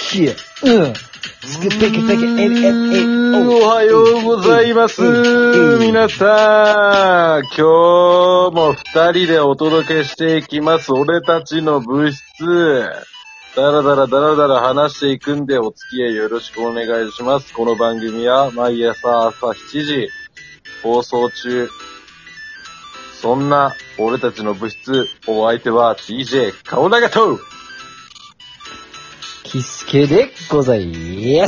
シェ。スクペケペケ MMA。 おはようございます。皆さん、今日も二人でお届けしていきます。俺たちの部室。だらだら話していくんでお付き合いよろしくお願いします。この番組は毎朝朝7時放送中。そんな俺たちの部室、お相手は DJ 顔長とキスケでございます。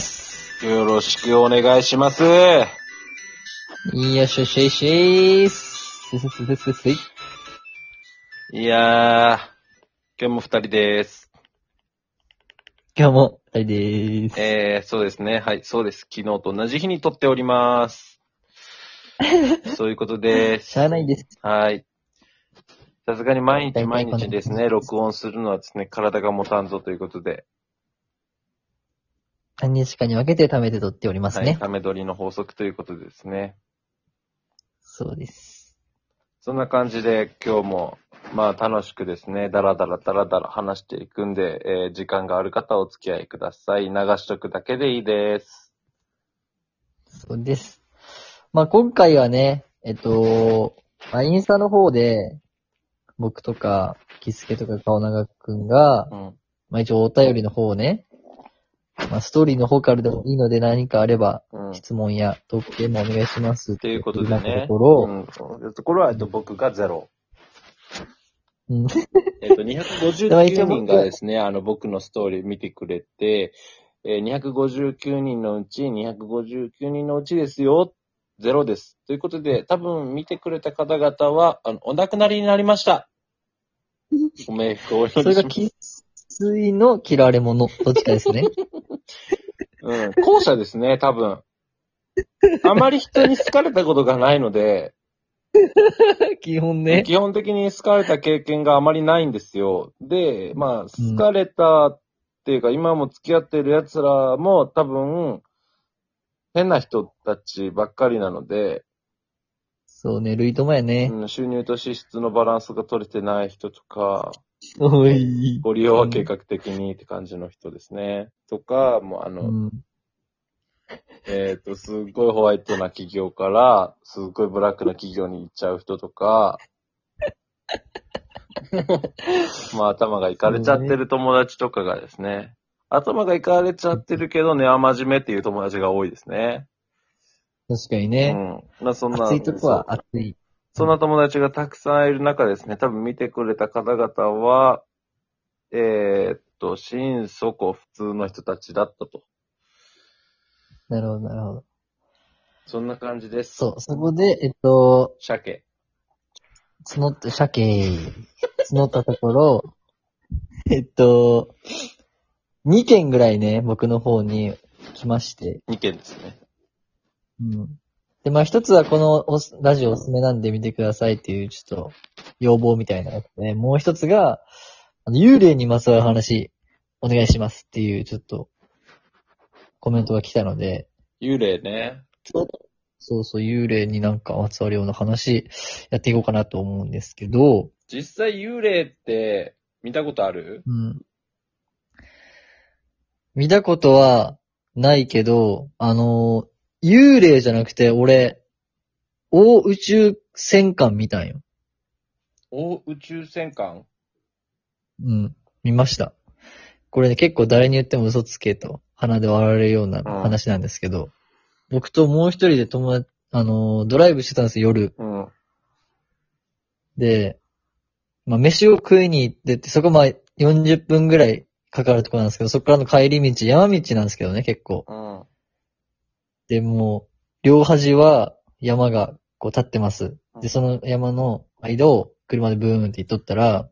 よろしくお願いします。 よっしゃしゃいしゃいいやー、今日も二人です。 今日も二人でーす。 そうですね。はい、そうです。昨日と同じ日に撮っております。そういうことです。 しゃあないです。 はい。さすがに毎大体日ですね、録音するのはですね、体が持たんぞということで。 何日かに分けて貯めて撮っておりますね。 はい、ため撮りの法則ということでですね。 そうです。 そんな感じで今日も、まあ楽しくですね、だらだら話していくんで、時間がある方はお付き合いください。流しとくだけでいいです。 そうです。まあ今回はね、インスタの方で、僕とか、キスケとか顔長くんが、まあ一応お便りの方をね、まあストーリーの方からでもいいので何かあれば、質問やトークテーマお願いしますということでね。 ところ、 これは、僕が0。 うん。 259人がですね、僕のストーリー見てくれて、259人のうちですよ、0です。ということで、多分見てくれた方々は、お亡くなりになりました。ご冥福をお祈りします。 それが生粋の嫌われ者、どっちかですね。 後者ですね、多分。あまり人に好かれたことがないので、 基本ね。 基本的に好かれた経験があまりないんですよ。で、まあ、好かれたっていうか、今も付き合ってる奴らも多分、変な人たちばっかりなので、 そうね、類友やね。 収入と支出のバランスが取れてない人とか、 おい。 ご利用は計画的にって感じの人ですね。とか、もうすっごいホワイトな企業から、すっごいブラックな企業に行っちゃう人とか、まあ頭がいかれちゃってる友達とかがですね、頭がいかれちゃってるけど根は真面目っていう友達が多いですね。 確かにね。 まあそんな。 熱いとこは熱い。 そんな友達がたくさんいる中ですね、多分見てくれた方々は、心底普通の人たちだったと。 なるほど、なるほど。 そんな感じです。 そう、そこで、 鮭。 募ったところ、2件ぐらいね、僕の方に来まして。 2件ですね。 で、まあ一つはこのラジオおすすめなんで見てくださいっていうちょっと要望みたいなやつね。もう一つが、幽霊にまつわる話、お願いしますっていうちょっとコメントが来たので。 幽霊ね。 そうそう、幽霊になんかまつわるような話やっていこうかなと思うんですけど。 実際幽霊って見たことある？ 見たことはないけど、幽霊じゃなくて俺、大宇宙戦艦見たんよ。 大宇宙戦艦？ 見ました。これね、結構誰に言っても嘘つけと鼻で笑われるような話なんですけど、僕ともう一人でドライブしてたんですよ、夜。で、まあ、飯を食いに行ってて、そこまあ40分ぐらいかかるところなんですけど、そこからの帰り道、山道なんですけどね、結構。で、もう、両端は山がこう立ってます。で、その山の間を車でブーンって行っとったら、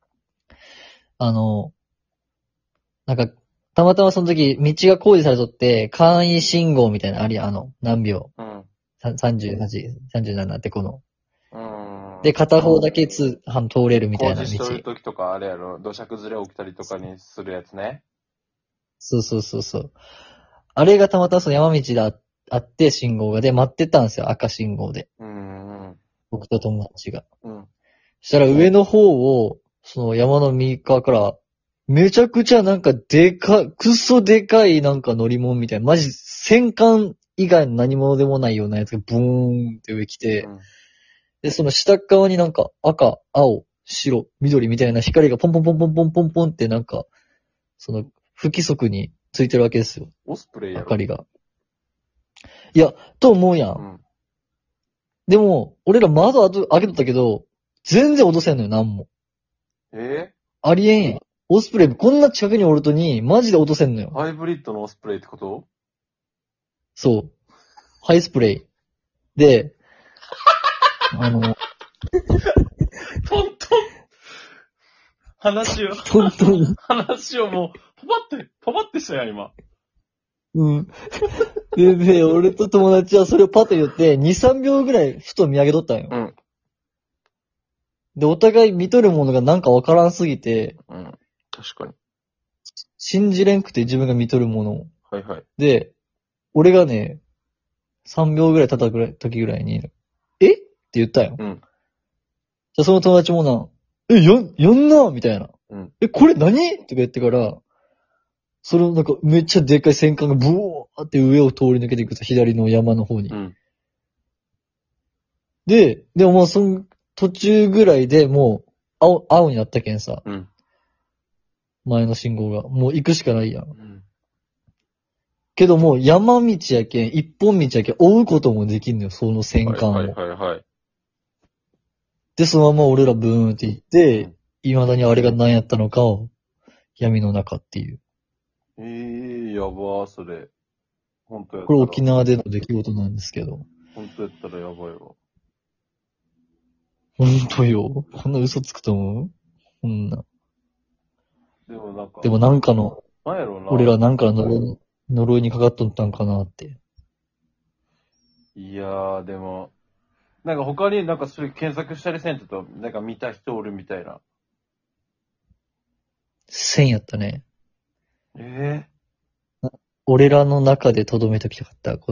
なんか、たまたまその時、道が工事されとって、簡易信号みたいなのありや、何秒。38、37ってこの。で、片方だけ通れるみたいな道。 工事しとる時とかあれやろ、土砂崩れ起きたりとかにするやつね。 そう。あれがたまたまその山道であって、信号がで待ってたんですよ、赤信号で。僕と友達が。そしたら上の方を、その山の右側から、 めちゃくちゃなんかくっそでかいなんか乗り物みたいな、マジ戦艦以外の何物でもないようなやつがブーンって上来て、で、その下側になんか赤、青、白、緑みたいな光がポンポンポンポンポンポンポンってなんか、その不規則についてるわけですよ。 オスプレイやろ。 明かりが。いや、と思うやん。でも、俺ら窓開けとったけど、全然落とせんのよ、なんも。ありえんやん。オスプレイこんな近くにおるとに、マジで落とせんのよ。 ハイブリッドのオスプレイってこと？ そう。ハイスプレイ。で、 トントン話をもう、パパってしたやん、今。 うん。で、俺と友達はそれをパッと言って、2、3秒ぐらいふと見上げとったんよ。 うん。 で、お互い見とるものがなんかわからんすぎて、 うん。確かに。 信じれんくて自分が見とるものを。 はいはい。 で、俺がね、3秒ぐらい経った時ぐらいに、えって言ったよ。 うん。 じゃあその友達もな、やんなみたいな。 うん。 これ何とか言ってから、そのなんかめっちゃでっかい戦艦がブワーって上を通り抜けていくと左の山の方に。 うん。 でもまあその途中ぐらいでもう青になったけんさ。 うん。 前の信号が。もう行くしかないやん。 うん。 けどもう山道やけん、一本道やけん追うこともできんのよ、その戦艦を。 はいはいはいはい。 で、そのまま俺らブーンって行って、未だにあれが何やったのかを闇の中っていう。 やばー、それ。本当やったら。 これ沖縄での出来事なんですけど。 本当やったらやばいわ。 本当よ。こんな嘘つくと思うこんな。でもなんかの、 なんやろうな。 俺らなんかの呪いにかかっとったんかなって。 いやー、でも、なんか他になんかそれ検索したりせんと、なんか見た人おるみたいな。 1000やったね。 え俺らの中で留めときたかった。こ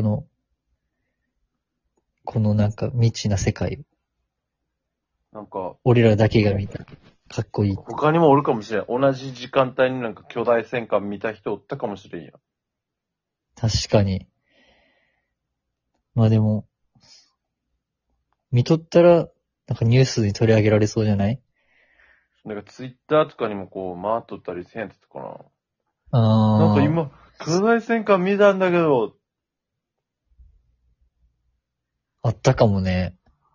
のなんか未知な世界。 なんか、 俺らだけが見た。かっこいい。 他にもおるかもしれん。同じ時間帯になんか巨大戦艦見た人おったかもしれんや。 確かに。まあでも、見とったら、なんかニュースに取り上げられそうじゃない？ なんかツイッターとかにもこう回っとったりせんやつとかな。 あー。 なんか今、巨大戦艦見たんだけど、 あったかもね。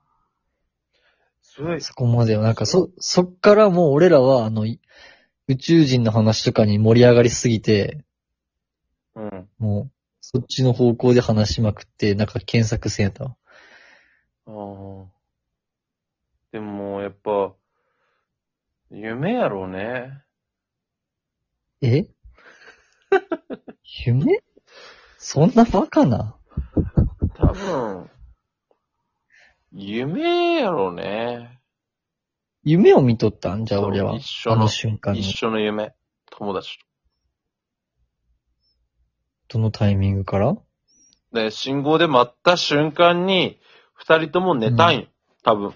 すごい。 そこまでは、なんかそっからもう俺らは宇宙人の話とかに盛り上がりすぎて、 うん。 もう、そっちの方向で話しまくって、なんか検索せんやったわ。 ああ。でも、やっぱ、夢やろうね。 え夢そんなバカな。 多分、夢やろうね。 夢を見とったんじゃあそう俺は。 一緒のあの瞬間一に。 緒の夢。友達どのタイミングからと。で、信号で待った瞬間に、二人とも寝たんよ。多分。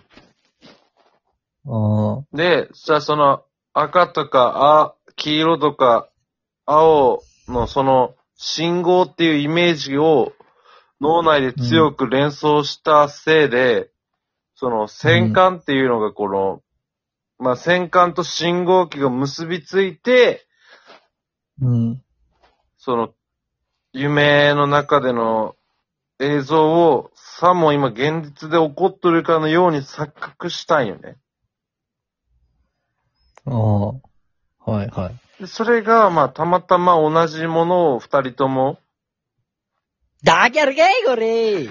ああ。 で、さ、その、赤とか、黄色とか、青のその、信号っていうイメージを脳内で強く連想したせいで、その戦艦っていうのがこの、まあ、戦艦と信号機が結びついて、 うん。 その、夢の中での映像をさも今現実で起こっとるかのように錯覚したんよね。 ああ。はいはい。 でそれが、まあ、たまたま同じものを二人とも、 だけあるかいこれ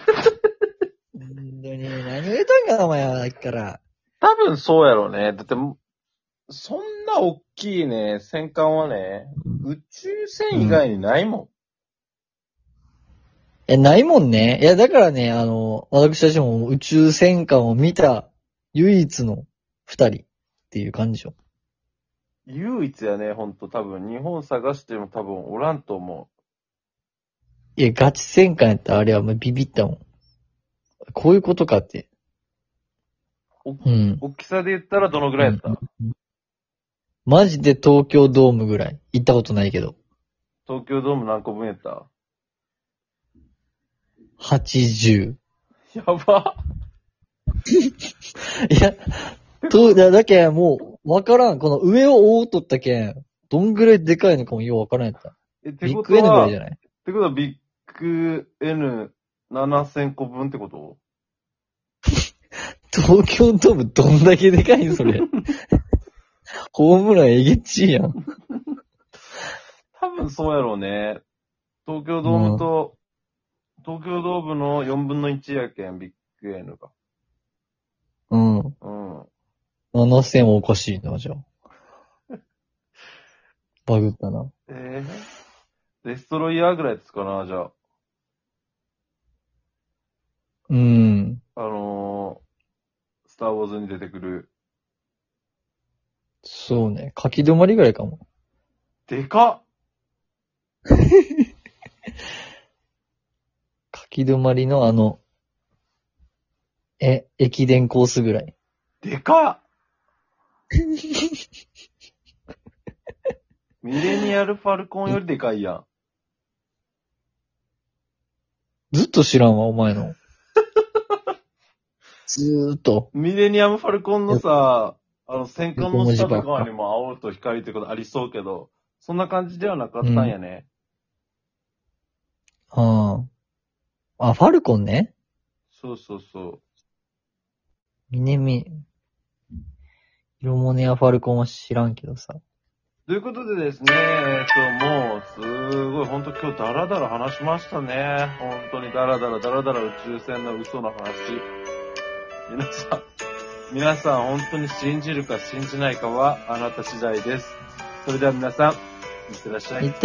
本当に、何を言うとんかお前は、だっから。 多分そうやろうね。だって、そんな大きいね、戦艦はね、宇宙船以外にないもないもんね。いや、だからね、私たちも宇宙戦艦を見た唯一の二人っていう感じよ。 ん。唯一やね、ほんと多分、日本探しても多分おらんと思いや、ガチ戦艦やったらあれはもうビビったもん。こういうことかって。 う。 うん。 大きさで言ったらどのぐらいやった？ マジで東京ドームぐらい。行ったことないけど。 東京ドーム何個分やった？ 80。 やば。 いや、だけもう、わからん。この上を覆うとったけん、どんぐらいでかいのかもようわからんやった。 ってビッグ N ぐことは、 らいじゃない？ ってことはビッグ N7000 個分ってこと？ 東京ドームどんだけでかいんそれ。ホームランえげっちいやん。 多分そうやろうね。東京ドームと、東京ドームの4分の1やけん、ビッグ N が。 うん。 うん。 7000はおかしいな、じゃあ。バグったな。 デストロイヤーぐらいですかな、じゃあ。 うん。 スターウォーズに出てくる。 そうね。書き止まりぐらいかも。 でかっ。 書き止まりの駅伝コースぐらい。 でかっ。ミレニアルファルコンよりでかいやん。 ずっと知らんわ、お前の。ずーっと。 ミレニアムファルコンのさ、戦艦の下とかにも青と光ってことありそうけど、そんな感じではなかったんやね。 ああ。ファルコンね。 そうそうそう。 色モネやファルコンは知らんけどさ。 ということでですね、もう、すごい、ほんと今日ダラダラ話しましたね。本当にダラダラ宇宙船の嘘の話。皆さん本当に信じるか信じないかはあなた次第です。それでは皆さん、いってらっしゃい。